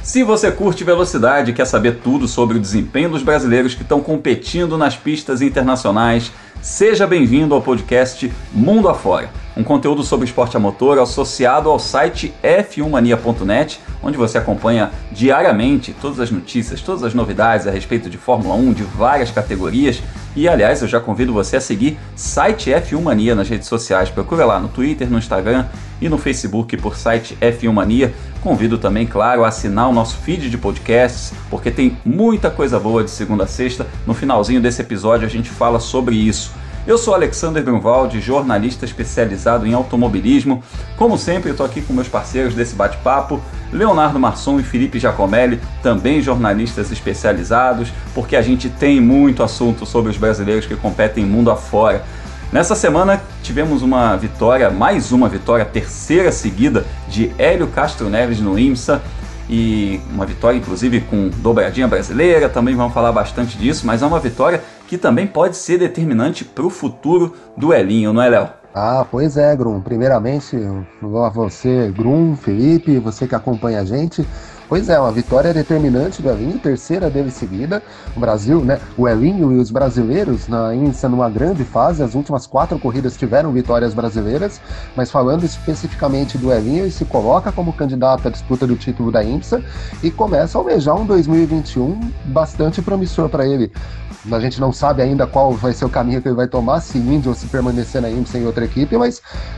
Se você curte velocidade e quer saber tudo sobre o desempenho dos brasileiros que estão competindo nas pistas internacionais, seja bem-vindo ao podcast Mundo Afora, um conteúdo sobre esporte a motor associado ao site f1mania.net, onde você acompanha diariamente todas as notícias, todas as novidades a respeito de Fórmula 1, de várias categorias. E, aliás, eu já convido você a seguir site F1 Mania nas redes sociais. Procura lá no Twitter, no Instagram e no Facebook por site F1 Mania. Convido também, claro, a assinar o nosso feed de podcasts, porque tem muita coisa boa de segunda a sexta. No finalzinho desse episódio a gente fala sobre isso. Eu sou Alexander Grunwald, jornalista especializado em automobilismo. Como sempre, eu estou aqui com meus parceiros desse bate-papo, Leonardo Marçom e Felipe Giacomelli, também jornalistas especializados, porque a gente tem muito assunto sobre os brasileiros que competem mundo afora. Nessa semana tivemos uma vitória, mais uma vitória, terceira seguida de Hélio Castro Neves no IMSA, e uma vitória inclusive com dobradinha brasileira, também vamos falar bastante disso, mas é uma vitória que também pode ser determinante para o futuro do Helinho, não é, Léo? Ah, pois é, Grum. Primeiramente, a você, Grum, Felipe, você que acompanha a gente. Pois é, uma vitória determinante do Helinho, terceira dele seguida. O Brasil, né? O Helinho e os brasileiros na IMSA numa grande fase. As últimas 4 corridas tiveram vitórias brasileiras, mas falando especificamente do Helinho, ele se coloca como candidato à disputa do título da IMSA e começa a almejar um 2021 bastante promissor para ele. A gente não sabe ainda qual vai ser o caminho que ele vai tomar, se Indy ou se permanecer na IMSA em outra equipe, mas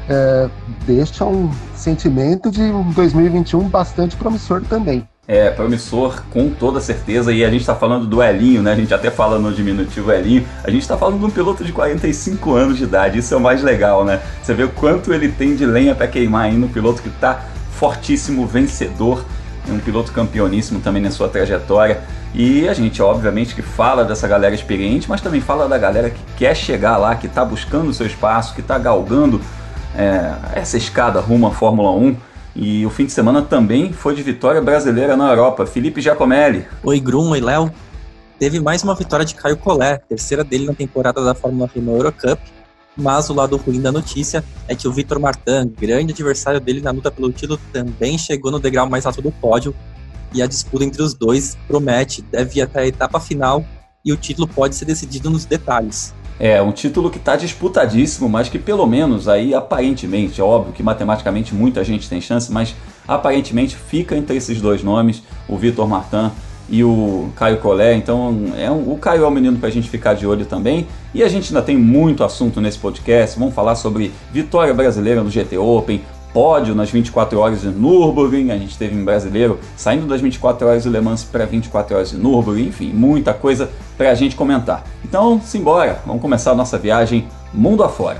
deixa um sentimento de um 2021 bastante promissor também. É, promissor com toda certeza, e a gente está falando do Helinho, né? A gente até fala no diminutivo Helinho, a gente está falando de um piloto de 45 anos de idade, isso é o mais legal, né? Você vê o quanto ele tem de lenha para queimar ainda, um piloto que está fortíssimo, vencedor, um piloto campeoníssimo também na sua trajetória. E a gente, obviamente, que fala dessa galera experiente, mas também fala da galera que quer chegar lá, que está buscando o seu espaço, que está galgando essa escada rumo à Fórmula 1. E o fim de semana também foi de vitória brasileira na Europa. Felipe Giacomelli. Oi, Grum, oi, Léo. Teve mais uma vitória de Caio Collet, terceira dele na temporada da Fórmula Renault Eurocup. Mas o lado ruim da notícia é que o Victor Martin, grande adversário dele na luta pelo título, também chegou no degrau mais alto do pódio. E a disputa entre os dois promete, deve ir até a etapa final e o título pode ser decidido nos detalhes. É, um título que está disputadíssimo, mas que pelo menos aí aparentemente, é óbvio que matematicamente muita gente tem chance, mas aparentemente fica entre esses dois nomes, o Victor Martin e o Caio Collet. Então o Caio é um menino para a gente ficar de olho também, e a gente ainda tem muito assunto nesse podcast. Vamos falar sobre vitória brasileira no GT Open, pódio nas 24 horas de Nürburgring, a gente teve um brasileiro saindo das 24 horas de Le Mans para 24 horas de Nürburgring, enfim, muita coisa para a gente comentar. Então, simbora, vamos começar a nossa viagem mundo afora.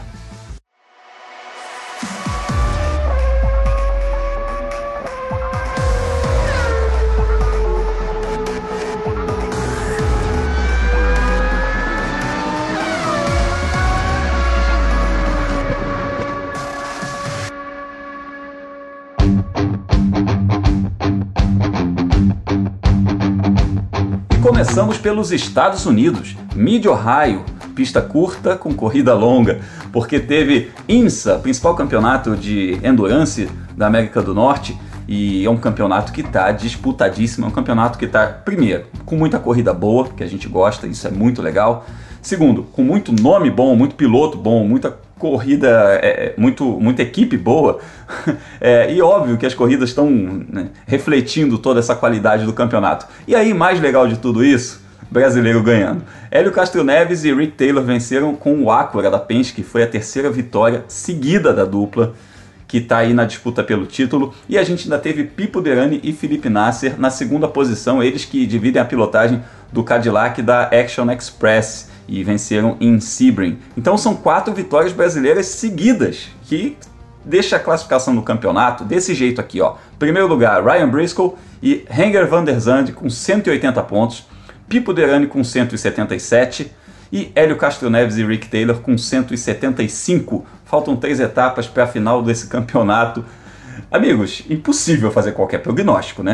Começamos pelos Estados Unidos, Mid-Ohio, pista curta com corrida longa, porque teve IMSA, principal campeonato de endurance da América do Norte, e é um campeonato que está disputadíssimo, é um campeonato que está, primeiro, com muita corrida boa, que a gente gosta, isso é muito legal. Segundo, com muito nome bom, muito piloto bom, muita corrida, muita equipe boa, e óbvio que as corridas estão, né, refletindo toda essa qualidade do campeonato. E aí, mais legal de tudo isso, brasileiro ganhando. Hélio Castro Neves e Rick Taylor venceram com o Acura da Penske, que foi a terceira vitória seguida da dupla, que está aí na disputa pelo título. E a gente ainda teve Pipo Derani e Felipe Nasser na segunda posição, eles que dividem a pilotagem do Cadillac da Action Express, e venceram em Sebring. Então são 4 vitórias brasileiras seguidas, que deixa a classificação do campeonato desse jeito aqui, ó. Primeiro lugar, Ryan Briscoe e Renger van der Zandt com 180 pontos, Pipo Derani com 177 e Hélio Castro Neves e Rick Taylor com 175. Faltam 3 etapas para a final desse campeonato. Amigos, impossível fazer qualquer prognóstico, né?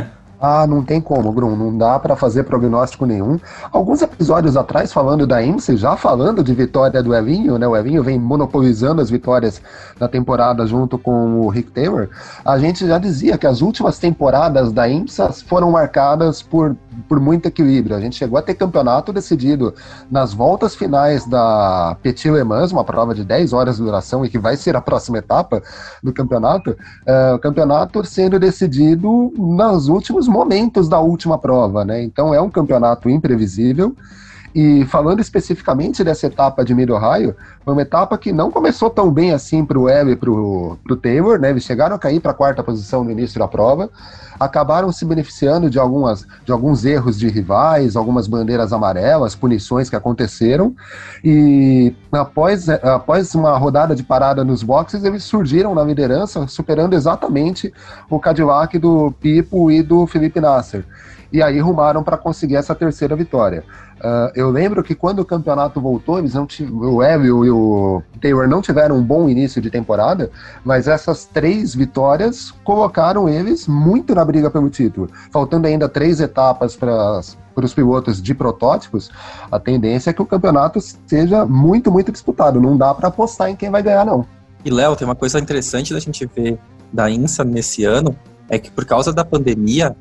Ah, não tem como, Grum, não dá para fazer prognóstico nenhum. Alguns episódios atrás, falando da IMSA, já falando de vitória do Elinho, né? O Elinho vem monopolizando as vitórias da temporada junto com o Rick Taylor. A gente já dizia que as últimas temporadas da IMSA foram marcadas por muito equilíbrio. A gente chegou a ter campeonato decidido nas voltas finais da Petit Le Mans, uma prova de 10 horas de duração e que vai ser a próxima etapa do campeonato. O campeonato sendo decidido nos últimos momentos da última prova, né? Então é um campeonato imprevisível. E falando especificamente dessa etapa de Mid-Ohio, foi uma etapa que não começou tão bem assim para o Webb e para o Taylor, né? Eles chegaram a cair para a quarta posição no início da prova, acabaram se beneficiando de alguns erros de rivais, algumas bandeiras amarelas, punições que aconteceram, e após uma rodada de parada nos boxes, eles surgiram na liderança, superando exatamente o Cadillac do Pipo e do Felipe Nasser. E aí rumaram para conseguir essa terceira vitória. Eu lembro que quando o campeonato voltou, o Webb e o Taylor não tiveram um bom início de temporada, mas essas 3 vitórias colocaram eles muito na briga pelo título. Faltando ainda 3 etapas para os pilotos de protótipos, a tendência é que o campeonato seja muito, muito disputado. Não dá para apostar em quem vai ganhar, não. E, Léo, tem uma coisa interessante da gente ver da IMSA nesse ano, é que por causa da pandemia,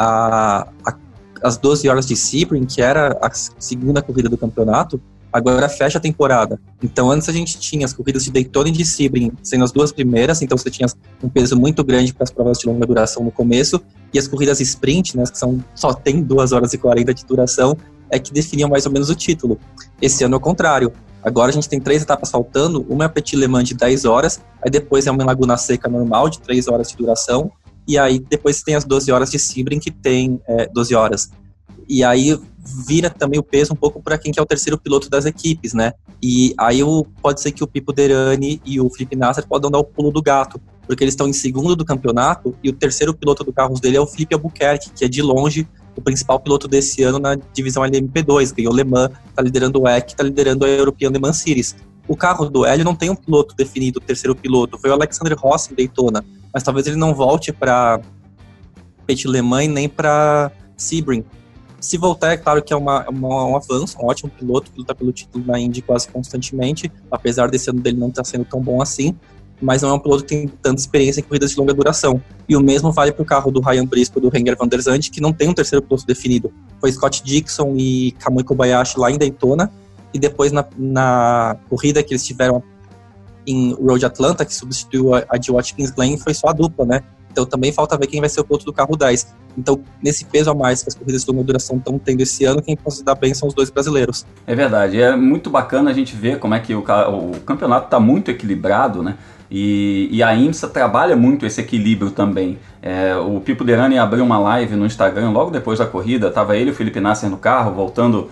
as 12 horas de Sebring, que era a segunda corrida do campeonato, agora fecha a temporada. Então antes a gente tinha as corridas de Daytona e de Sebring sendo as 2 primeiras, então você tinha um peso muito grande para as provas de longa duração no começo, e as corridas sprint, né, que só tem 2 horas e 40 de duração, é que definiam mais ou menos o título. Esse ano é o contrário. Agora a gente tem 3 etapas faltando, uma é a Petit Le Mans de 10 horas, aí depois é uma Laguna Seca normal de 3 horas de duração, e aí depois tem as 12 horas de Sebring, que tem 12 horas. E aí vira também o peso um pouco para quem que é o terceiro piloto das equipes, né? E aí pode ser que o Pipo Derani e o Felipe Nasser podem dar o pulo do gato, porque eles estão em segundo do campeonato e o terceiro piloto do carro dele é o Felipe Albuquerque, que é de longe o principal piloto desse ano na divisão LMP2, ganhou Le Mans, está liderando o WEC, está liderando a European Le Mans Series. O carro do Hélio não tem um piloto definido, o terceiro piloto, foi o Alexander Rossi em Daytona, mas talvez ele não volte para Petit Le Mans nem para Sebring. Se voltar, é claro que é um avanço, um ótimo piloto que luta pelo título na Indy quase constantemente, apesar desse ano dele não estar sendo tão bom assim, mas não é um piloto que tem tanta experiência em corridas de longa duração. E o mesmo vale para o carro do Ryan Briscoe e do Renger van der Zandt, que não tem um terceiro piloto definido. Foi Scott Dixon e Kamui Kobayashi lá em Daytona, e depois na corrida que eles tiveram em Road Atlanta, que substituiu a de Watkins Glen, foi só a dupla, né? Então também falta ver quem vai ser o piloto do carro 10. Então, nesse peso a mais que as corridas de longa duração estão tendo esse ano, quem pode se dar bem são os 2 brasileiros. É verdade, é muito bacana a gente ver como é que o campeonato está muito equilibrado, né? E a IMSA trabalha muito esse equilíbrio também. O Pipo Derani abriu uma live no Instagram logo depois da corrida, estava ele e o Felipe Nasser no carro, voltando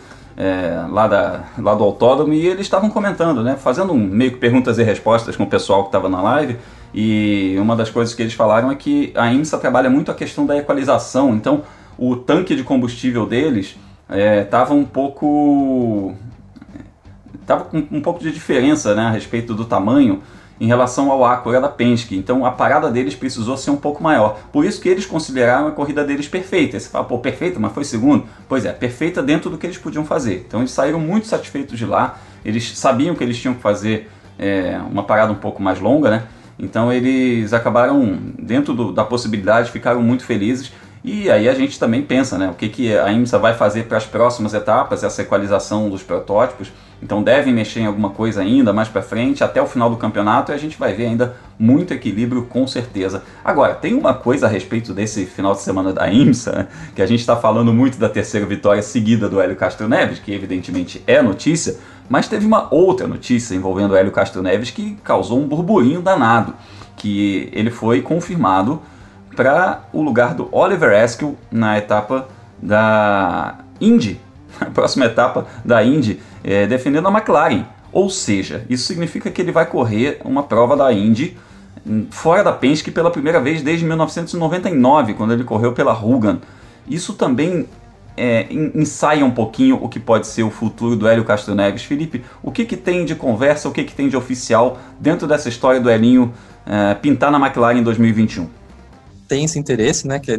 lá do autódromo, e eles estavam comentando, né? Fazendo meio que perguntas e respostas com o pessoal que estava na live. E uma das coisas que eles falaram é que a IMSA trabalha muito a questão da equalização. Então o tanque de combustível deles estava com um pouco de diferença, né, a respeito do tamanho em relação ao Acura da Penske. Então a parada deles precisou ser um pouco maior. Por isso que eles consideraram a corrida deles perfeita. Você fala, pô, perfeita, mas foi segundo? Pois é, perfeita dentro do que eles podiam fazer. Então eles saíram muito satisfeitos de lá. Eles sabiam que eles tinham que fazer uma parada um pouco mais longa, né? Então eles acabaram, dentro da possibilidade, ficaram muito felizes. E aí a gente também pensa, né, o que a IMSA vai fazer para as próximas etapas, essa equalização dos protótipos. Então devem mexer em alguma coisa ainda mais para frente, até o final do campeonato, e a gente vai ver ainda muito equilíbrio, com certeza. Agora, tem uma coisa a respeito desse final de semana da IMSA, né, que a gente está falando muito da terceira vitória seguida do Hélio Castro Neves, que evidentemente é notícia, mas teve uma outra notícia envolvendo o Hélio Castro Neves que causou um burburinho danado, que ele foi confirmado para o lugar do Oliver Askew na etapa da Indy, a próxima etapa da Indy, defendendo a McLaren. Ou seja, isso significa que ele vai correr uma prova da Indy fora da Penske pela primeira vez desde 1999, quando ele correu pela Hogan. Isso também ensaia um pouquinho o que pode ser o futuro do Hélio Castro Neves. Felipe, o que tem de conversa, o que tem de oficial dentro dessa história do Helinho pintar na McLaren em 2021? Tem esse interesse, né, que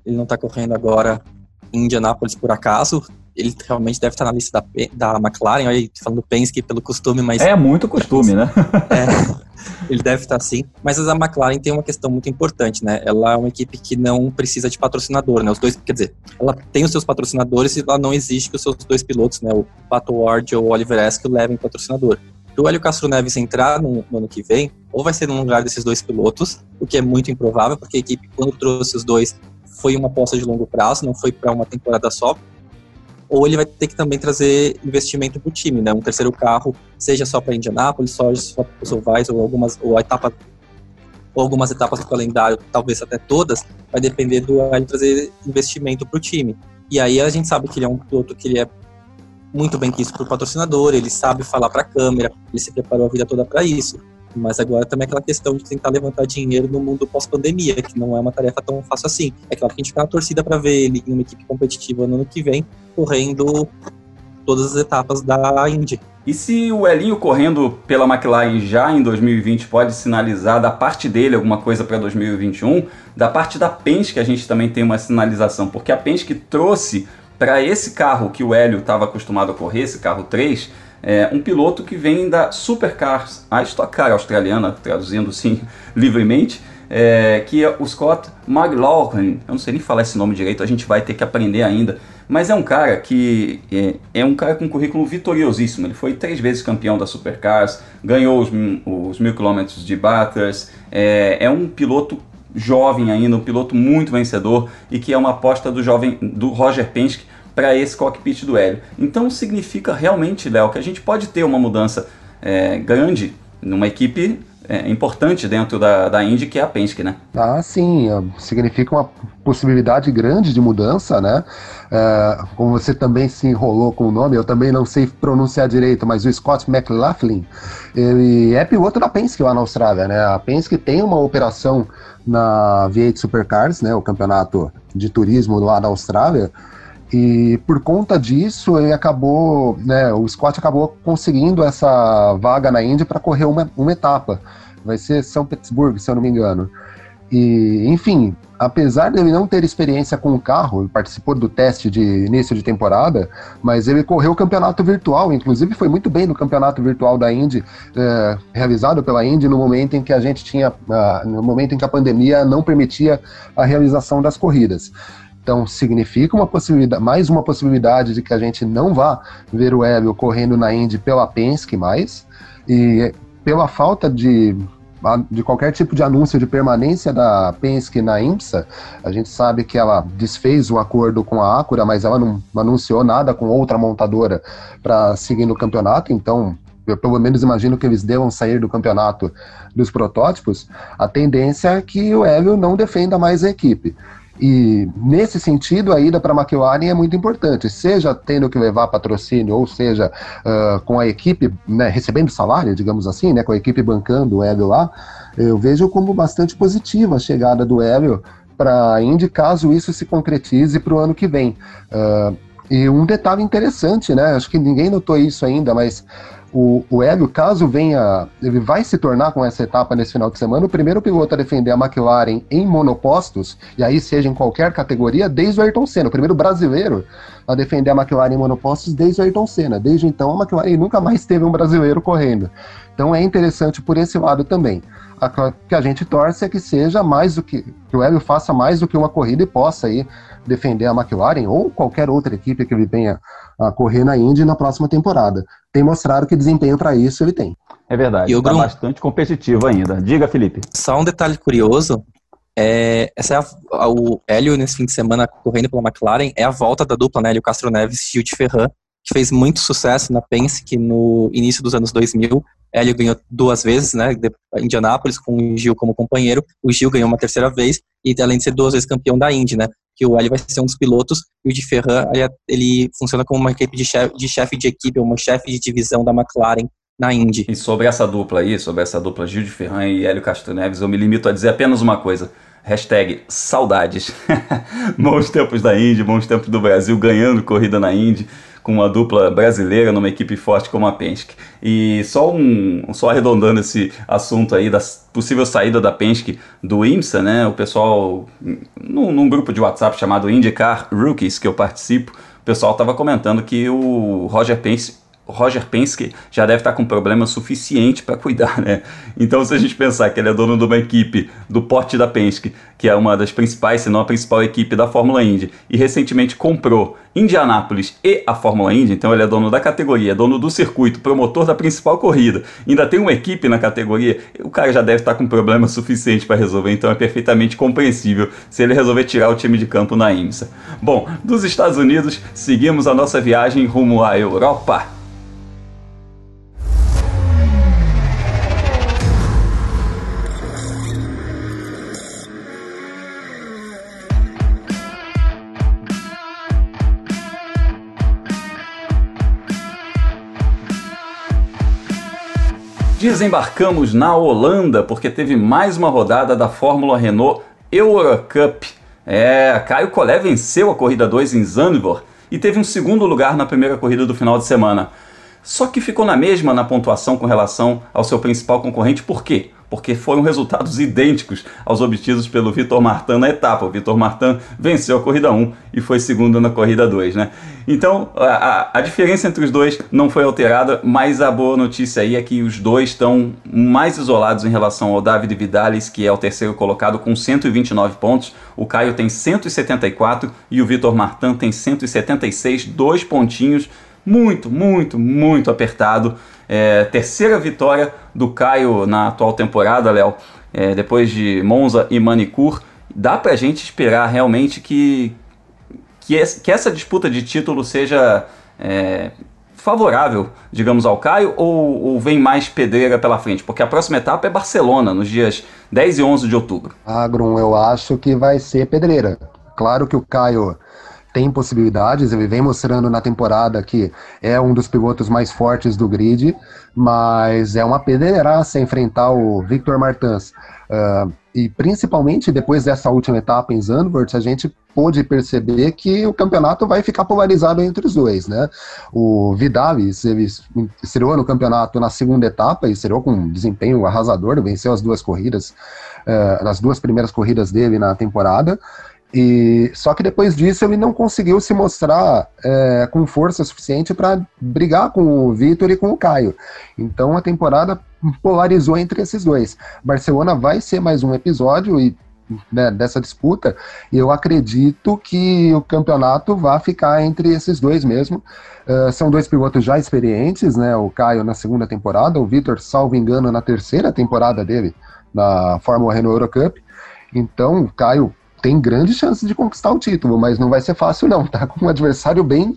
ele não está correndo agora em Indianápolis por acaso. Ele realmente deve estar na lista da McLaren, olha aí, falando Penske pelo costume, mas... É muito costume, né? Ele deve estar sim, mas a McLaren tem uma questão muito importante, né? Ela é uma equipe que não precisa de patrocinador, né? Os dois, quer dizer, ela tem os seus patrocinadores e ela não exige que os seus dois pilotos, né? O Pato Ward ou o Oliver Askew levem patrocinador. Se o Hélio Castro Neves entrar no ano que vem, ou vai ser no lugar desses dois pilotos, o que é muito improvável, porque a equipe, quando trouxe os dois, foi uma aposta de longo prazo, não foi para uma temporada só, ou ele vai ter que também trazer investimento para o time, né? Um terceiro carro, seja só para Indianápolis, só para os ovais, ou algumas etapas do calendário, talvez até todas, vai depender do Hélio trazer investimento para o time. E aí a gente sabe que ele é um piloto que ele é muito bem quisto por patrocinador, ele sabe falar para a câmera, ele se preparou a vida toda para isso. Mas agora também é aquela questão de tentar levantar dinheiro no mundo pós-pandemia, que não é uma tarefa tão fácil assim. É claro que a gente fica na torcida para ver ele em uma equipe competitiva no ano que vem, correndo todas as etapas da Indy. E se o Elinho correndo pela McLaren já em 2020 pode sinalizar da parte dele alguma coisa para 2021, da parte da Penske a gente também tem uma sinalização, porque a Penske trouxe para esse carro que o Hélio estava acostumado a correr, esse carro 3, um piloto que vem da Supercars, a Stock Car australiana, traduzindo sim livremente, que é o Scott McLaughlin. Eu não sei nem falar esse nome direito, a gente vai ter que aprender ainda, mas é um cara que é um cara com um currículo vitoriosíssimo. Ele foi 3 vezes campeão da Supercars, ganhou os 1.000 km de Bathurst, é um piloto jovem ainda, um piloto muito vencedor e que é uma aposta do Roger Penske para esse cockpit do Hélio. Então significa realmente, Léo, que a gente pode ter uma mudança grande numa equipe importante dentro da Indy, que é a Penske, né? Ah, sim, significa uma possibilidade grande de mudança, né? Como você também se enrolou com o nome, eu também não sei pronunciar direito, mas o Scott McLaughlin, ele é piloto da Penske lá na Austrália, né? A Penske tem uma operação na V8 Supercars, né? O campeonato de turismo lá na Austrália, e por conta disso ele acabou, né, o Scott acabou conseguindo essa vaga na Indy para correr uma etapa. Vai ser São Petersburgo, se eu não me engano. E, enfim, apesar de ele não ter experiência com o carro, ele participou do teste de início de temporada, mas ele correu o campeonato virtual, inclusive foi muito bem no campeonato virtual da Indy, realizado pela Indy no momento em que a gente tinha, no momento em que a pandemia não permitia a realização das corridas. Então significa mais uma possibilidade de que a gente não vá ver o Hélio correndo na Indy pela Penske mais, e pela falta de qualquer tipo de anúncio de permanência da Penske na IMSA. A gente sabe que ela desfez o acordo com a Acura, mas ela não anunciou nada com outra montadora para seguir no campeonato, então eu pelo menos imagino que eles devam sair do campeonato dos protótipos. A tendência é que o Hélio não defenda mais a equipe. E nesse sentido a ida para a McLaren é muito importante, seja tendo que levar patrocínio, ou seja com a equipe, né, recebendo salário, digamos assim, né, com a equipe bancando o Hélio lá. Eu vejo como bastante positiva a chegada do Hélio para a Indy, caso isso se concretize para o ano que vem. E um detalhe interessante, né, acho que ninguém notou isso ainda, mas o Hélio, caso venha, ele vai se tornar com essa etapa nesse final de semana o primeiro piloto a defender a McLaren em monopostos, e aí seja em qualquer categoria, desde o Ayrton Senna, o primeiro brasileiro a defender a McLaren em monopostos desde o Ayrton Senna. Desde então a McLaren nunca mais teve um brasileiro correndo. Então é interessante por esse lado também. Que a gente torce é que seja mais do que o Hélio faça mais do que uma corrida e possa aí defender a McLaren ou qualquer outra equipe que ele venha a correr na Indy na próxima temporada. Tem mostrado que desempenho para isso ele tem. É verdade, está bastante competitivo ainda. Diga, Felipe. Só um detalhe curioso, o Hélio nesse fim de semana correndo pela McLaren é a volta da dupla, né, Hélio Castro Neves e Gil de Ferran, que fez muito sucesso na Penske no início dos anos 2000. Hélio ganhou 2 vezes, né, em Indianápolis, com o Gil como companheiro. O Gil ganhou uma 3ª vez, e além de ser 2 vezes campeão da Indy, né, que o Hélio vai ser um dos pilotos, e o de Ferran, ele funciona como uma equipe de chefe de equipe, uma chefe de divisão da McLaren na Indy. E sobre essa dupla Gil de Ferran e Hélio Castro Neves, eu me limito a dizer apenas uma coisa: #saudades. Bons tempos da Indy, bons tempos do Brasil ganhando corrida na Indy, com uma dupla brasileira numa equipe forte como a Penske. E só arredondando esse assunto aí da possível saída da Penske do IMSA, né? O pessoal, num grupo de WhatsApp chamado IndyCar Rookies, que eu participo, o pessoal estava comentando que o Roger Penske já deve estar com problema suficiente para cuidar, né? Então, se a gente pensar que ele é dono de uma equipe do porte da Penske, que é uma das principais, se não a principal equipe da Fórmula Indy, e recentemente comprou Indianápolis e a Fórmula Indy, então ele é dono da categoria, dono do circuito, promotor da principal corrida, ainda tem uma equipe na categoria, o cara já deve estar com problema suficiente para resolver, então é perfeitamente compreensível se ele resolver tirar o time de campo na IMSA. Bom, dos Estados Unidos, seguimos a nossa viagem rumo à Europa. Desembarcamos na Holanda porque teve mais uma rodada da Fórmula Renault Eurocup. Caio Collet venceu a corrida 2 em Zandvoort e teve um segundo lugar na primeira corrida do final de semana. Só que ficou na mesma na pontuação com relação ao seu principal concorrente. Por quê? Porque foram resultados idênticos aos obtidos pelo Vitor Martin na etapa. O Vitor Martin venceu a corrida 1 e foi segundo na corrida 2, né? Então, a diferença entre os dois não foi alterada, mas a boa notícia aí é que os dois estão mais isolados em relação ao David Vidalis, que é o terceiro colocado com 129 pontos. O Caio tem 174 e o Vitor Martin tem 176, 2 pontinhos. Muito, muito, muito apertado. Terceira vitória do Caio na atual temporada, Léo, depois de Monza e Manicur. Dá pra gente esperar realmente que essa disputa de título seja favorável, digamos, ao Caio, ou vem mais pedreira pela frente? Porque a próxima etapa é Barcelona, nos dias 10 e 11 de outubro. Grum, eu acho que vai ser pedreira. Claro que o Caio tem possibilidades, ele vem mostrando na temporada que é um dos pilotos mais fortes do grid, mas é uma pedreiraça enfrentar o Victor Martins. E principalmente depois dessa última etapa em Zandvoort, a gente pôde perceber que o campeonato vai ficar polarizado entre os dois, né? O Vidalis, ele estreou no campeonato na segunda etapa e estreou com um desempenho arrasador, venceu as duas corridas, as duas primeiras corridas dele na temporada. Só que depois disso ele não conseguiu se mostrar com força suficiente para brigar com o Vitor e com o Caio. Então a temporada polarizou entre esses dois. Barcelona vai ser mais um episódio dessa disputa, e eu acredito que o campeonato vai ficar entre esses dois mesmo. São dois pilotos já experientes, né? O Caio na segunda temporada, o Vitor, salvo engano, na terceira temporada dele na Fórmula Renault Eurocup. Então o Caio tem grandes chances de conquistar o título, mas não vai ser fácil não, tá com um adversário bem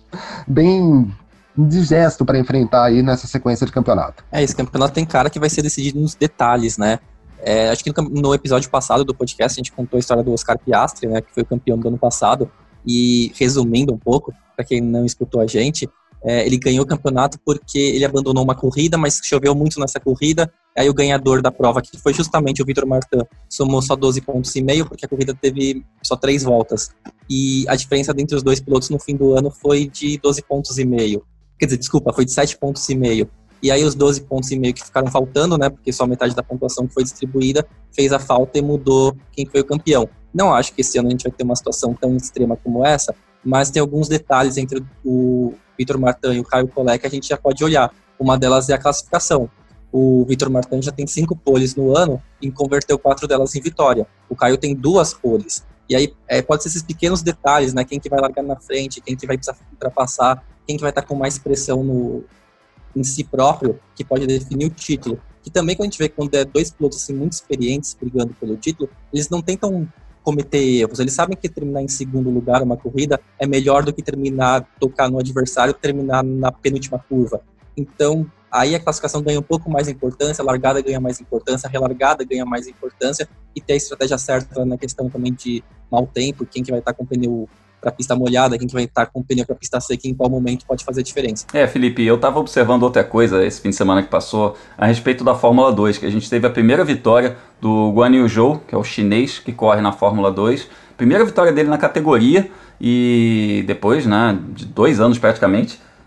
indigesto para enfrentar aí nessa sequência de campeonato. Esse campeonato tem cara que vai ser decidido nos detalhes, né? Acho que no episódio passado do podcast a gente contou a história do Oscar Piastri, né, que foi o campeão do ano passado, e resumindo um pouco, para quem não escutou a gente, ele ganhou o campeonato porque ele abandonou uma corrida, mas choveu muito nessa corrida. Aí o ganhador da prova, que foi justamente o Vitor Martin, somou só 12,5 pontos, porque a corrida teve só 3 voltas. E a diferença entre os dois pilotos no fim do ano foi de 12,5 pontos. Quer dizer, desculpa, foi de 7,5 pontos. E aí os 12,5 pontos que ficaram faltando, né, porque só metade da pontuação que foi distribuída, fez a falta e mudou quem foi o campeão. Não acho que esse ano a gente vai ter uma situação tão extrema como essa, mas tem alguns detalhes entre o Vitor Martin e o Caio Collet que a gente já pode olhar. Uma delas é a classificação. O Vitor Martin já tem 5 poles no ano e converteu 4 delas em vitória. O Caio tem 2 poles. E aí pode ser esses pequenos detalhes, né? Quem que vai largar na frente, quem que vai precisar ultrapassar, quem que vai estar com mais pressão em si próprio, que pode definir o título. Que também quando a gente vê quando é 2 pilotos assim, muito experientes brigando pelo título, eles não tentam cometer erros. Eles sabem que terminar em segundo lugar uma corrida é melhor do que tocar no adversário, terminar na penúltima curva. Então, aí a classificação ganha um pouco mais importância, a largada ganha mais importância, a relargada ganha mais importância, e ter a estratégia certa na questão também de mau tempo, quem que vai estar com o pneu para pista molhada, quem que vai estar com o pneu para pista seca, em qual momento pode fazer a diferença. Felipe, eu estava observando outra coisa esse fim de semana que passou a respeito da Fórmula 2, que a gente teve a primeira vitória do Guan Yu Zhou, que é o chinês que corre na Fórmula 2, primeira vitória dele na categoria, e depois, né, de 2 anos praticamente,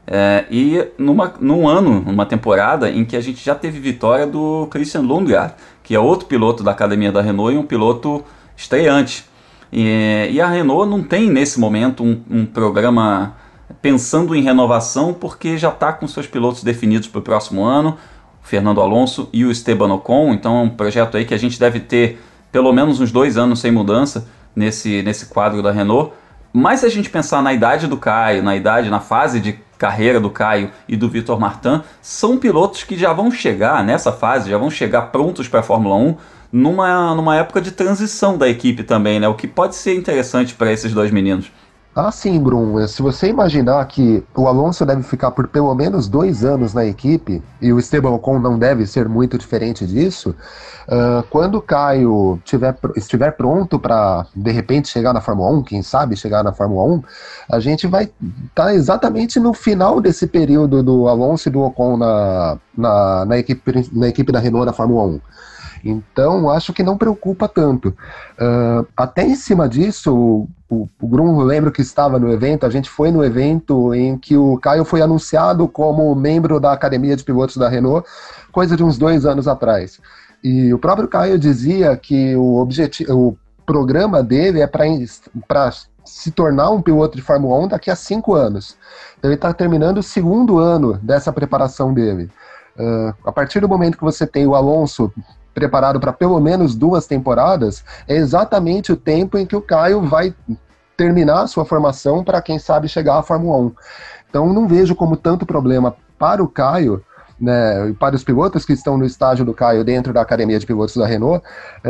E numa temporada em que a gente já teve vitória do Christian Lundgaard, que é outro piloto da academia da Renault e um piloto estreante. E a Renault não tem nesse momento um programa pensando em renovação, porque já está com seus pilotos definidos para o próximo ano, o Fernando Alonso e o Esteban Ocon. Então é um projeto aí que a gente deve ter pelo menos uns 2 anos sem mudança nesse quadro da Renault. Mas se a gente pensar na idade do Caio, na fase de carreira do Caio e do Victor Martin, são pilotos que já vão chegar nessa fase, já vão chegar prontos para a Fórmula 1 numa época de transição da equipe também, né? O que pode ser interessante para esses 2 meninos. Ah, sim, Brum. Se você imaginar que o Alonso deve ficar por pelo menos 2 anos na equipe, e o Esteban Ocon não deve ser muito diferente disso, quando o Caio estiver pronto para, de repente, chegar na Fórmula 1, quem sabe chegar na Fórmula 1, a gente vai estar exatamente no final desse período do Alonso e do Ocon na equipe da Renault da Fórmula 1. Então, acho que não preocupa tanto. Até em cima disso, o Grum, eu lembro que estava no evento, a gente foi no evento em que o Caio foi anunciado como membro da Academia de Pilotos da Renault, coisa de uns 2 anos atrás. E o próprio Caio dizia que o programa dele é para se tornar um piloto de Fórmula 1 daqui a 5 anos. Então, ele está terminando o 2º ano dessa preparação dele. A partir do momento que você tem o Alonso preparado para pelo menos 2 temporadas, é exatamente o tempo em que o Caio vai terminar a sua formação para, quem sabe, chegar à Fórmula 1. Então, não vejo como tanto problema para o Caio, né, e para os pilotos que estão no estágio do Caio dentro da Academia de Pilotos da Renault,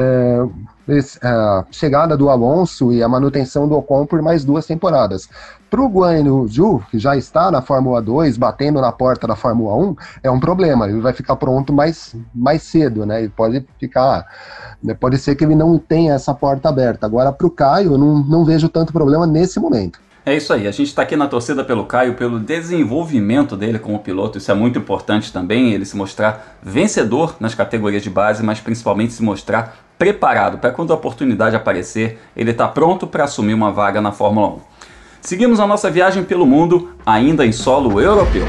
a chegada do Alonso e a manutenção do Ocon por mais 2 temporadas. Para o Guan Yu Zhou, que já está na Fórmula 2, batendo na porta da Fórmula 1, é um problema. Ele vai ficar pronto mais cedo, né? Ele pode ser que ele não tenha essa porta aberta. Agora, para o Caio, eu não vejo tanto problema nesse momento. É isso aí, a gente está aqui na torcida pelo Caio, pelo desenvolvimento dele como piloto. Isso é muito importante também, ele se mostrar vencedor nas categorias de base, mas principalmente se mostrar preparado para quando a oportunidade aparecer, ele está pronto para assumir uma vaga na Fórmula 1. Seguimos a nossa viagem pelo mundo, ainda em solo europeu.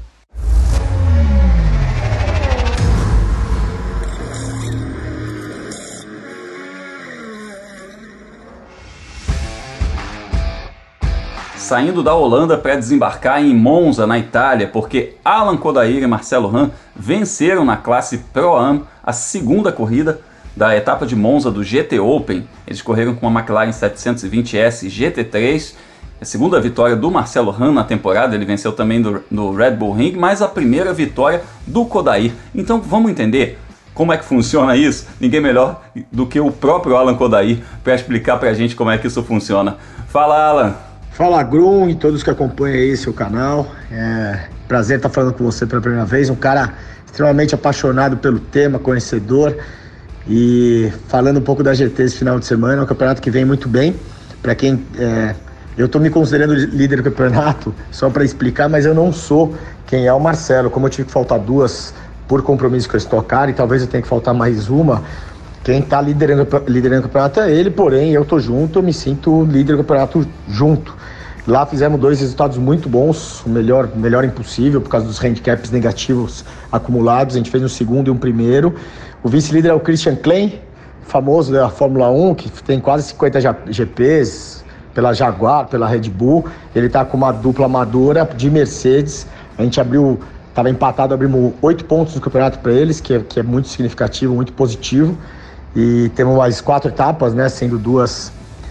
Saindo da Holanda para desembarcar em Monza, na Itália, porque Alan Kodair e Marcelo Ran venceram na classe Pro-Am a 2ª corrida da etapa de Monza do GT Open. Eles correram com uma McLaren 720S GT3, a 2ª vitória do Marcelo Ran na temporada. Ele venceu também no Red Bull Ring, mas a primeira vitória do Kodair. Então vamos entender como é que funciona isso? Ninguém melhor do que o próprio Alan Kodair para explicar para a gente como é que isso funciona. Fala, Alan! Fala, Grum, e todos que acompanham aí seu canal. Prazer estar falando com você pela primeira vez. Um cara extremamente apaixonado pelo tema, conhecedor. E falando um pouco da GT esse final de semana, é um campeonato que vem muito bem. Para quem... eu estou me considerando líder do campeonato, só para explicar, mas eu não sou quem é o Marcelo. Como eu tive que faltar 2 por compromisso com a Stock Car, e talvez eu tenha que faltar mais uma, quem está liderando o campeonato é ele, porém eu estou junto, eu me sinto líder do campeonato junto. Lá fizemos 2 resultados muito bons, o melhor impossível, por causa dos handicaps negativos acumulados. A gente fez um 2º e um 1º. O vice-líder é o Christian Klein, famoso da Fórmula 1, que tem quase 50 GPs, pela Jaguar, pela Red Bull. Ele está com uma dupla amadora de Mercedes. A gente estava empatado, abrimos 8 pontos no campeonato para eles, que é muito significativo, muito positivo. E temos mais 4 etapas, né, sendo 2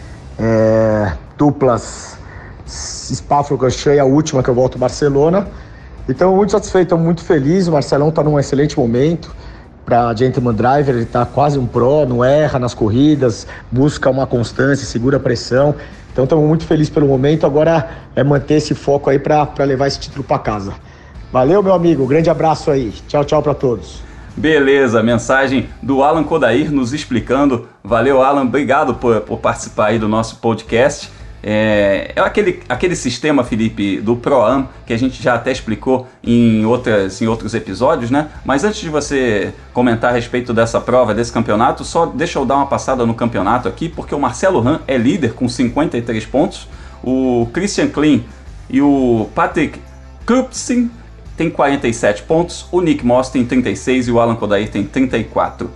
duplas Spa-Francorchamps, e a última que eu volto a Barcelona. Então, muito satisfeito, muito feliz. O Marcelão está num excelente momento para Gentleman Driver. Ele está quase um pro, não erra nas corridas, busca uma constância, segura a pressão. Então, estamos muito felizes pelo momento. Agora é manter esse foco aí para levar esse título para casa. Valeu, meu amigo, grande abraço aí. Tchau, tchau para todos. Beleza, mensagem do Alan Kodair nos explicando. Valeu, Alan, obrigado por participar aí do nosso podcast. É aquele sistema, Felipe, do Pro-Am, que a gente já até explicou em outros episódios, né? Mas antes de você comentar a respeito dessa prova, desse campeonato, só deixa eu dar uma passada no campeonato aqui, porque o Marcelo Ran é líder com 53 pontos, o Christian Klein e o Patrick Krupsen tem 47 pontos, o Nick Moss tem 36 e o Alan Kodair tem 34.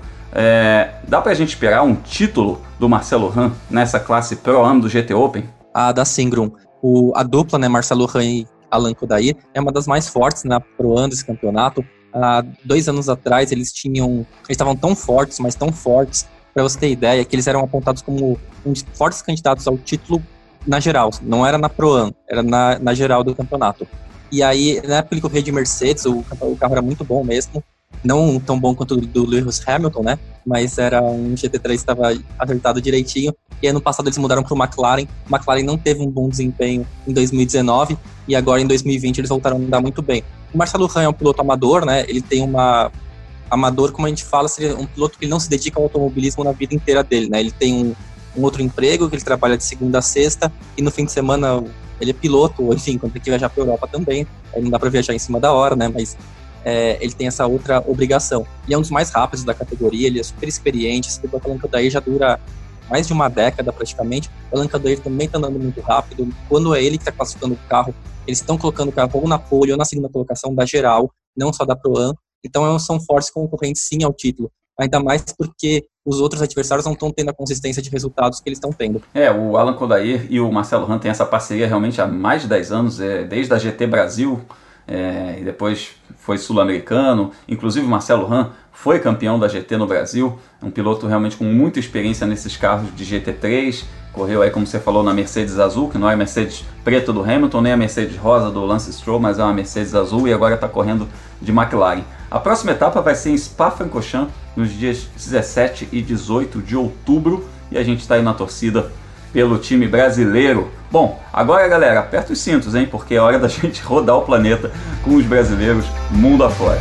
Dá pra gente esperar um título do Marcelo Hahn nessa classe Pro-Am do GT Open? Da Singrum. A dupla, né, Marcelo Hahn e Alan Kodair, é uma das mais fortes na Pro-Am desse campeonato. Há 2 anos atrás eles estavam tão fortes, mas tão fortes, para você ter ideia, que eles eram apontados como fortes candidatos ao título na geral. Não era na Pro-Am, era na geral do campeonato. E aí, na época ele corria de Mercedes, o carro era muito bom mesmo. Não tão bom quanto o do Lewis Hamilton, né? Mas era um GT3 que estava acertado direitinho. E ano passado eles mudaram para o McLaren. O McLaren não teve um bom desempenho em 2019. E agora em 2020 eles voltaram a andar muito bem. O Marcelo Hahn é um piloto amador, né? Ele tem amador, como a gente fala, seria um piloto que não se dedica ao automobilismo na vida inteira dele, né? Ele tem um outro emprego, que ele trabalha de segunda a sexta. E no fim de semana ele é piloto, ou enfim, quando tem que viajar para a Europa também. Aí não dá para viajar em cima da hora, né? Mas ele tem essa outra obrigação. E é um dos mais rápidos da categoria, ele é super experiente. Esse piloto Alan Kodair já dura mais de uma década praticamente. O Alan Kodair também está andando muito rápido. Quando é ele que está classificando o carro, eles estão colocando o carro ou na pole ou na segunda colocação da geral, não só da Pro-Am. Então são fortes concorrentes sim ao título. Ainda mais porque os outros adversários não estão tendo a consistência de resultados que eles estão tendo. O Alan Kodair e o Marcelo Hahn têm essa parceria realmente há mais de 10 anos, desde a GT Brasil, e depois foi sul-americano. Inclusive o Marcelo Hahn foi campeão da GT no Brasil, um piloto realmente com muita experiência nesses carros de GT3, correu aí, como você falou, na Mercedes azul, que não é a Mercedes preta do Hamilton, nem a Mercedes rosa do Lance Stroll, mas é uma Mercedes azul, e agora está correndo de McLaren. A próxima etapa vai ser em Spa-Francorchamps, nos dias 17 e 18 de outubro, e a gente está aí na torcida pelo time brasileiro. Bom, agora galera, aperta os cintos, hein, porque é hora da gente rodar o planeta com os brasileiros mundo afora.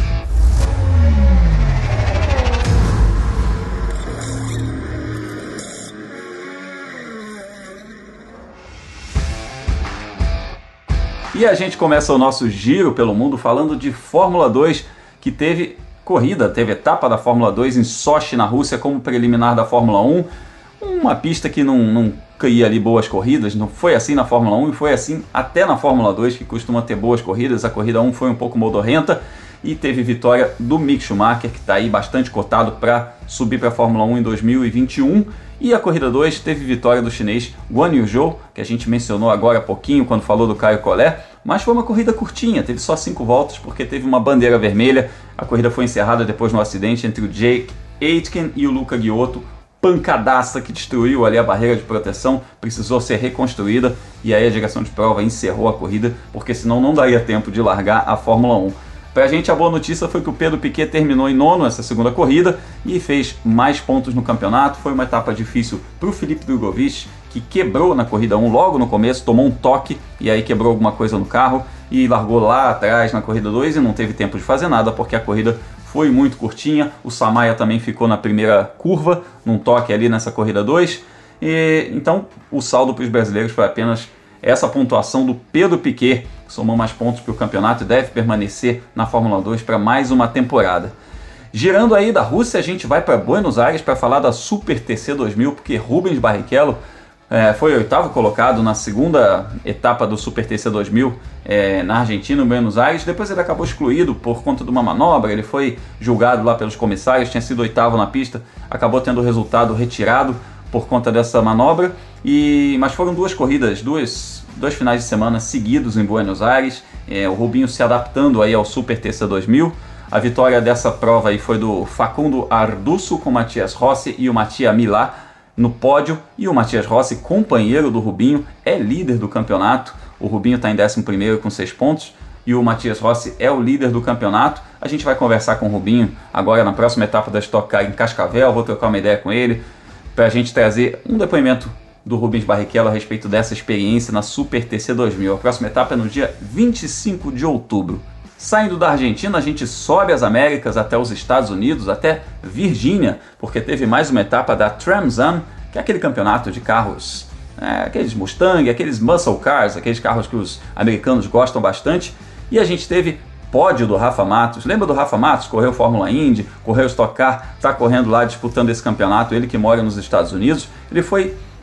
E a gente começa o nosso giro pelo mundo falando de Fórmula 2, que teve etapa da Fórmula 2 em Sochi, na Rússia, como preliminar da Fórmula 1. Uma pista que não cria ali boas corridas, não foi assim na Fórmula 1 e foi assim até na Fórmula 2, que costuma ter boas corridas. A corrida 1 foi um pouco modorrenta e teve vitória do Mick Schumacher, que está aí bastante cotado para subir para a Fórmula 1 em 2021. E a corrida 2 teve vitória do chinês Guan Yu Zhou, que a gente mencionou agora há pouquinho quando falou do Caio Collet, mas foi uma corrida curtinha, teve só 5 voltas porque teve uma bandeira vermelha. A corrida foi encerrada depois no acidente entre o Jake Aitken e o Luca Ghiotto, pancadaça que destruiu ali a barreira de proteção, precisou ser reconstruída e aí a direção de prova encerrou a corrida, porque senão não daria tempo de largar a Fórmula 1. Pra gente a boa notícia foi que o Pedro Piquet terminou em nono essa segunda corrida e fez mais pontos no campeonato. Foi uma etapa difícil para o Felipe Drugovich, que quebrou na corrida 1 logo no começo, tomou um toque e aí quebrou alguma coisa no carro e largou lá atrás na corrida 2 e não teve tempo de fazer nada porque a corrida foi muito curtinha. O Samaia também ficou na primeira curva, num toque ali nessa corrida 2. Então o saldo para os brasileiros foi apenas essa pontuação do Pedro Piquet, que somou mais pontos para o campeonato e deve permanecer na Fórmula 2 para mais uma temporada. Girando aí da Rússia, a gente vai para Buenos Aires para falar da Super TC 2000, porque Rubens Barrichello foi o 8º colocado na segunda etapa do Super TC 2000 na Argentina, em Buenos Aires. Depois ele acabou excluído por conta de uma manobra, ele foi julgado lá pelos comissários, tinha sido 8º na pista, acabou tendo o resultado retirado por conta dessa manobra, mas foram 2 corridas, dois finais de semana seguidos em Buenos Aires, o Rubinho se adaptando aí ao Super TC 2000. A vitória dessa prova aí foi do Facundo Arduzo com o Matias Rossi e o Mattia Milà no pódio, e o Matias Rossi, companheiro do Rubinho, é líder do campeonato. O Rubinho está em 11º com 6 pontos e o Matias Rossi é o líder do campeonato. A gente vai conversar com o Rubinho agora na próxima etapa da Stock Car em Cascavel, vou trocar uma ideia com ele para a gente trazer um depoimento do Rubens Barrichello a respeito dessa experiência na Super TC 2000. A próxima etapa é no dia 25 de outubro. Saindo da Argentina, a gente sobe as Américas até os Estados Unidos, até Virgínia, porque teve mais uma etapa da Trans Am, que é aquele campeonato de carros, aqueles Mustang, aqueles muscle cars, aqueles carros que os americanos gostam bastante. E a gente teve pódio do Rafa Matos. Lembra do Rafa Matos? Correu Fórmula Indy, correu Stock Car, está correndo lá disputando esse campeonato, ele que mora nos Estados Unidos. Ele foi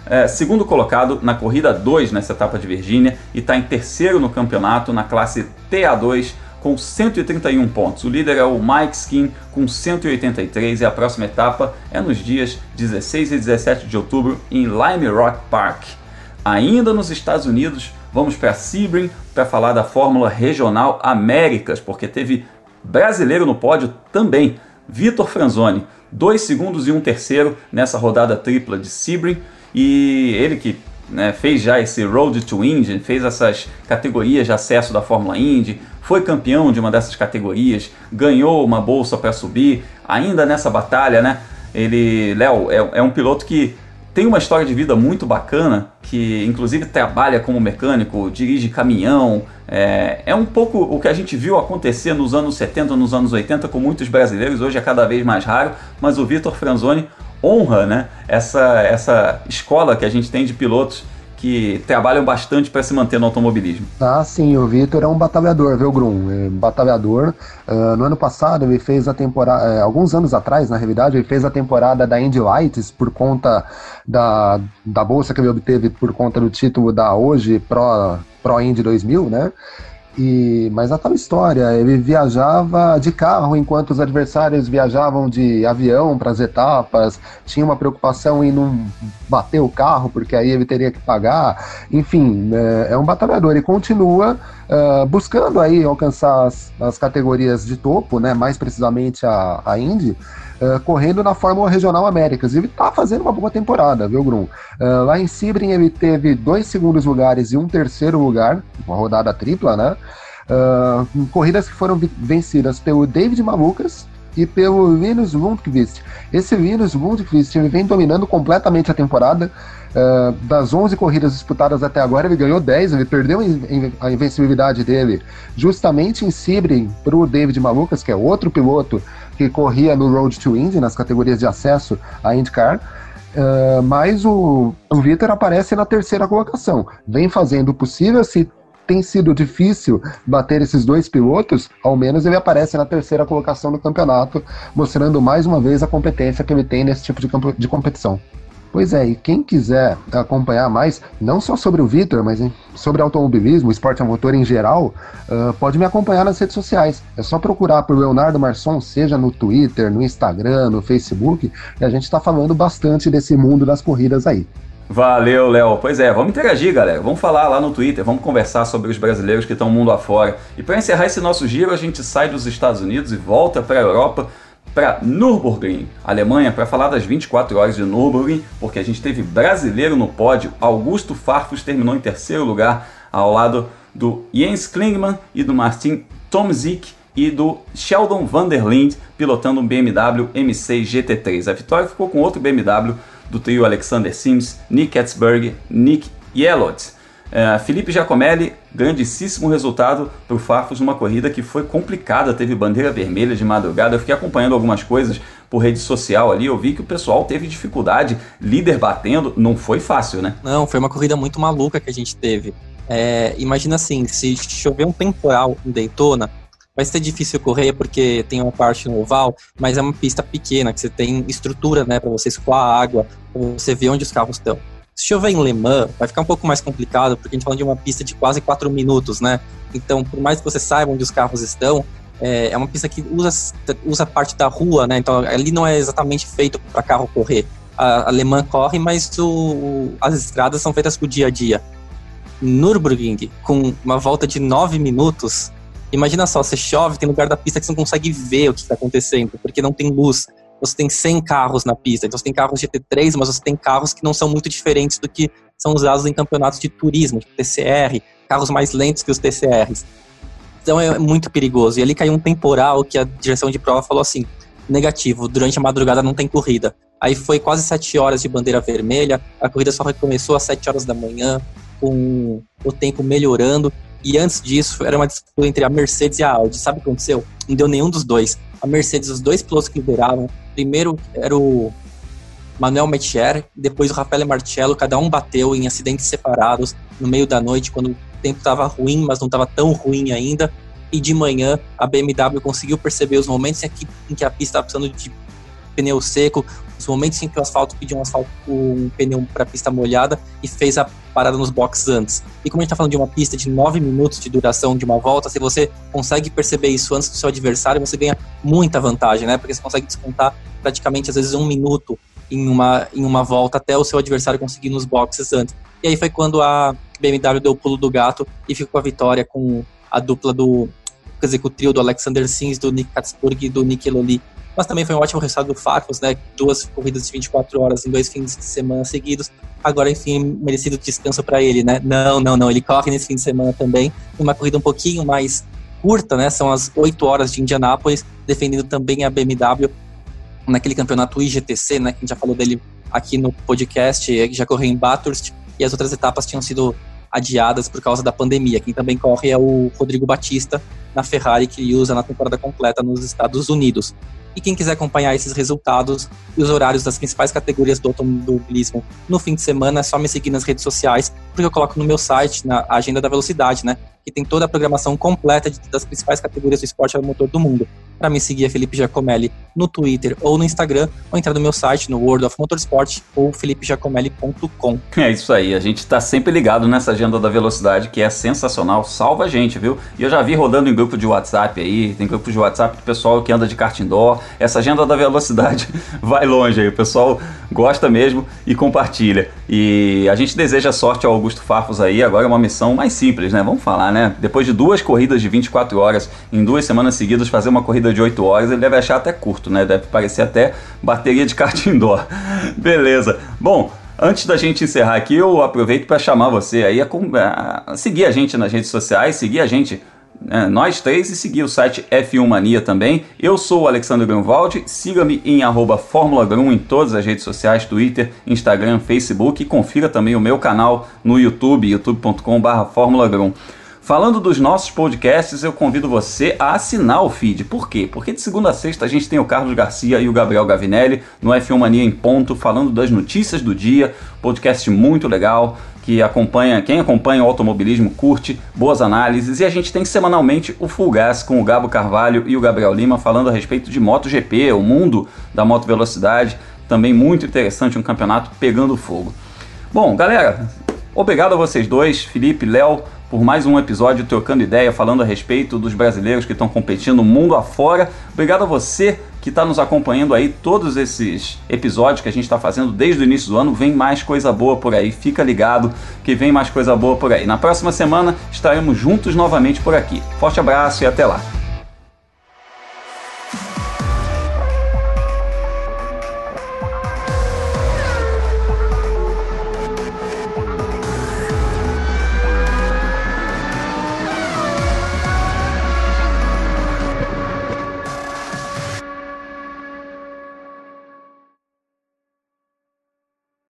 segundo colocado na corrida 2 nessa etapa de Virgínia e está em terceiro no campeonato na classe TA2 com 131 pontos. O líder é o Mike Skin com 183 e a próxima etapa é nos dias 16 e 17 de outubro em Lime Rock Park. Ainda nos Estados Unidos, vamos para Sebring para falar da Fórmula Regional Américas, porque teve brasileiro no pódio também, Vitor Franzoni, 2 segundos e 1 terceiro nessa rodada tripla de Sebring, e ele que fez já esse Road to Indy, fez essas categorias de acesso da Fórmula Indy, foi campeão de uma dessas categorias, ganhou uma bolsa para subir, ainda nessa batalha, né? Léo, é um piloto que tem uma história de vida muito bacana, que inclusive trabalha como mecânico, dirige caminhão, é um pouco o que a gente viu acontecer nos anos 70, nos anos 80 com muitos brasileiros, hoje é cada vez mais raro, mas o Vitor Franzoni honra, né, essa escola que a gente tem de pilotos que trabalham bastante para se manter no automobilismo. Ah, sim, o Vitor é um batalhador, viu, Grum? Batalhador. No ano passado ele fez a temporada, alguns anos atrás, na realidade, ele fez a temporada da Indy Lights por conta da bolsa que ele obteve por conta do título da hoje Pro Indy 2000, né? Mas a tal história, ele viajava de carro enquanto os adversários viajavam de avião para as etapas, tinha uma preocupação em não bater o carro, porque aí ele teria que pagar, enfim, é um batalhador e continua buscando aí alcançar as categorias de topo, né, mais precisamente a Indy, correndo na Fórmula Regional Américas. Ele está fazendo uma boa temporada, viu, Grum? Lá em Sebring ele teve 2 segundos lugares e 1 terceiro lugar, uma rodada tripla, né? Em corridas que foram vencidas pelo David Malukas e pelo Linus Lundqvist. Esse Linus Lundqvist ele vem dominando completamente a temporada. Das 11 corridas disputadas até agora, ele ganhou 10, ele perdeu a invencibilidade dele justamente em Sebring para o David Malukas, que é outro piloto que corria no Road to Indy, nas categorias de acesso à IndyCar, mas o Vitor aparece na terceira colocação, vem fazendo o possível. Se tem sido difícil bater esses dois pilotos, ao menos ele aparece na terceira colocação no campeonato, mostrando mais uma vez a competência que ele tem nesse tipo de competição. Pois é, e quem quiser acompanhar mais, não só sobre o Vitor, mas sobre automobilismo, esporte a motor em geral, pode me acompanhar nas redes sociais. É só procurar por Leonardo Marçom, seja no Twitter, no Instagram, no Facebook, e a gente está falando bastante desse mundo das corridas aí. Valeu, Léo. Pois é, vamos interagir, galera. Vamos falar lá no Twitter, vamos conversar sobre os brasileiros que estão mundo afora. E para encerrar esse nosso giro, a gente sai dos Estados Unidos e volta para a Europa, para Nürburgring, Alemanha, para falar das 24 horas de Nürburgring, porque a gente teve brasileiro no pódio. Augusto Farfus terminou em terceiro lugar, ao lado do Jens Klingmann e do Martin Tomzik e do Sheldon van der Linde, pilotando um BMW M6 GT3. A vitória ficou com outro BMW do trio Alexander Sims, Nick Etzberg, Nick Yelot. Felipe Giacomelli, grandíssimo resultado para o Farfus numa corrida que foi complicada, teve bandeira vermelha de madrugada. Eu fiquei acompanhando algumas coisas por rede social ali, eu vi que o pessoal teve dificuldade, líder batendo, não foi fácil, né? Não, foi uma corrida muito maluca que a gente teve. Imagina assim, se chover um temporal em Daytona, vai ser difícil correr porque tem uma parte no oval, mas é uma pista pequena, que você tem estrutura, né, para você escoar a água, para você ver onde os carros estão. Se chover em Le Mans, vai ficar um pouco mais complicado, porque a gente fala de uma pista de quase 4 minutos, né? Então, por mais que você saiba onde os carros estão, é uma pista que usa parte da rua, né? Então, ali não é exatamente feito para carro correr. A Le Mans corre, mas as estradas são feitas pro dia a dia. Nürburgring, com uma volta de 9 minutos, imagina só, você chove, tem lugar da pista que você não consegue ver o que está acontecendo, porque não tem luz. Você tem 100 carros na pista, então você tem carros GT3, mas você tem carros que não são muito diferentes do que são usados em campeonatos de turismo, tipo TCR, carros mais lentos que os TCRs. Então é muito perigoso. E ali caiu um temporal que a direção de prova falou assim, negativo, durante a madrugada não tem corrida. Aí foi quase 7 horas de bandeira vermelha, a corrida só recomeçou às 7 horas da manhã, com o tempo melhorando. E antes disso, era uma disputa entre a Mercedes e a Audi. Sabe o que aconteceu? Não deu nenhum dos dois. A Mercedes, os dois pilotos que lideravam, primeiro era o Manuel Metier, depois o Raffaele Marcello, cada um bateu em acidentes separados no meio da noite, quando o tempo estava ruim, mas não estava tão ruim ainda. E de manhã, a BMW conseguiu perceber os momentos em que a pista estava precisando de pneu seco, os momentos em que o asfalto pediu um pneu para pista molhada e fez a parada nos boxes antes. E como a gente está falando de uma pista de 9 minutos de duração de uma volta, se você consegue perceber isso antes do seu adversário, você ganha muita vantagem, né? Porque você consegue descontar praticamente, às vezes, 1 minuto em uma volta até o seu adversário conseguir nos boxes antes. E aí foi quando a BMW deu o pulo do gato e ficou com a vitória com a dupla com o trio do Alexander Sims, do Nick Katzburg e do Nick Eloli. Mas também foi um ótimo resultado do Farfus, né? 2 corridas de 24 horas em 2 fins de semana seguidos. Agora, enfim, merecido descanso para ele, né? Não, ele corre nesse fim de semana também. Uma corrida um pouquinho mais curta, né? São as 8 horas de Indianápolis, defendendo também a BMW naquele campeonato IGTC, né? Que a gente já falou dele aqui no podcast, já correu em Bathurst, e as outras etapas tinham sido adiadas por causa da pandemia. Quem também corre é o Rodrigo Batista, na Ferrari, que ele usa na temporada completa nos Estados Unidos. E quem quiser acompanhar esses resultados e os horários das principais categorias do automobilismo no fim de semana, é só me seguir nas redes sociais, porque eu coloco no meu site, na Agenda da Velocidade, né? Que tem toda a programação completa das principais categorias do esporte a motor do mundo. Para me seguir é Felipe Giacomelli no Twitter ou no Instagram, ou entrar no meu site, no World of Motorsport, ou felipegiacomelli.com. É isso aí, a gente tá sempre ligado nessa Agenda da Velocidade, que é sensacional, salva a gente, viu? E eu já vi rodando em grupo de WhatsApp aí, tem grupos de WhatsApp do pessoal que anda de kart indoor. Essa Agenda da Velocidade vai longe aí, o pessoal gosta mesmo e compartilha. E a gente deseja sorte ao Augusto Farfus aí, agora é uma missão mais simples, né? Vamos falar, né? Depois de 2 corridas de 24 horas, em 2 semanas seguidas, fazer uma corrida de 8 horas, ele deve achar até curto, né? Deve parecer até bateria de kart indoor. Beleza. Bom, antes da gente encerrar aqui, eu aproveito para chamar você aí a seguir a gente nas redes sociais, seguir a gente, nós três, e seguir o site F1 Mania também. Eu sou o Alexandre Grunwald, siga-me em @Fórmula Grum em todas as redes sociais, Twitter, Instagram, Facebook, e confira também o meu canal no YouTube, youtube.com/Fórmula Grum. Falando dos nossos podcasts, eu convido você a assinar o feed. Por quê? Porque de segunda a sexta a gente tem o Carlos Garcia e o Gabriel Gavinelli no F1 Mania em ponto, falando das notícias do dia, podcast muito legal, que quem acompanha o automobilismo curte, boas análises, e a gente tem semanalmente o Full Gas com o Gabo Carvalho e o Gabriel Lima falando a respeito de MotoGP, o mundo da moto velocidade, também muito interessante, um campeonato pegando fogo. Bom, galera, obrigado a vocês dois, Felipe, Léo, por mais um episódio trocando ideia, falando a respeito dos brasileiros que estão competindo mundo afora. Obrigado a você que está nos acompanhando aí todos esses episódios que a gente está fazendo desde o início do ano. Vem mais coisa boa por aí, fica ligado que vem mais coisa boa por aí. Na próxima semana estaremos juntos novamente por aqui. Forte abraço e até lá!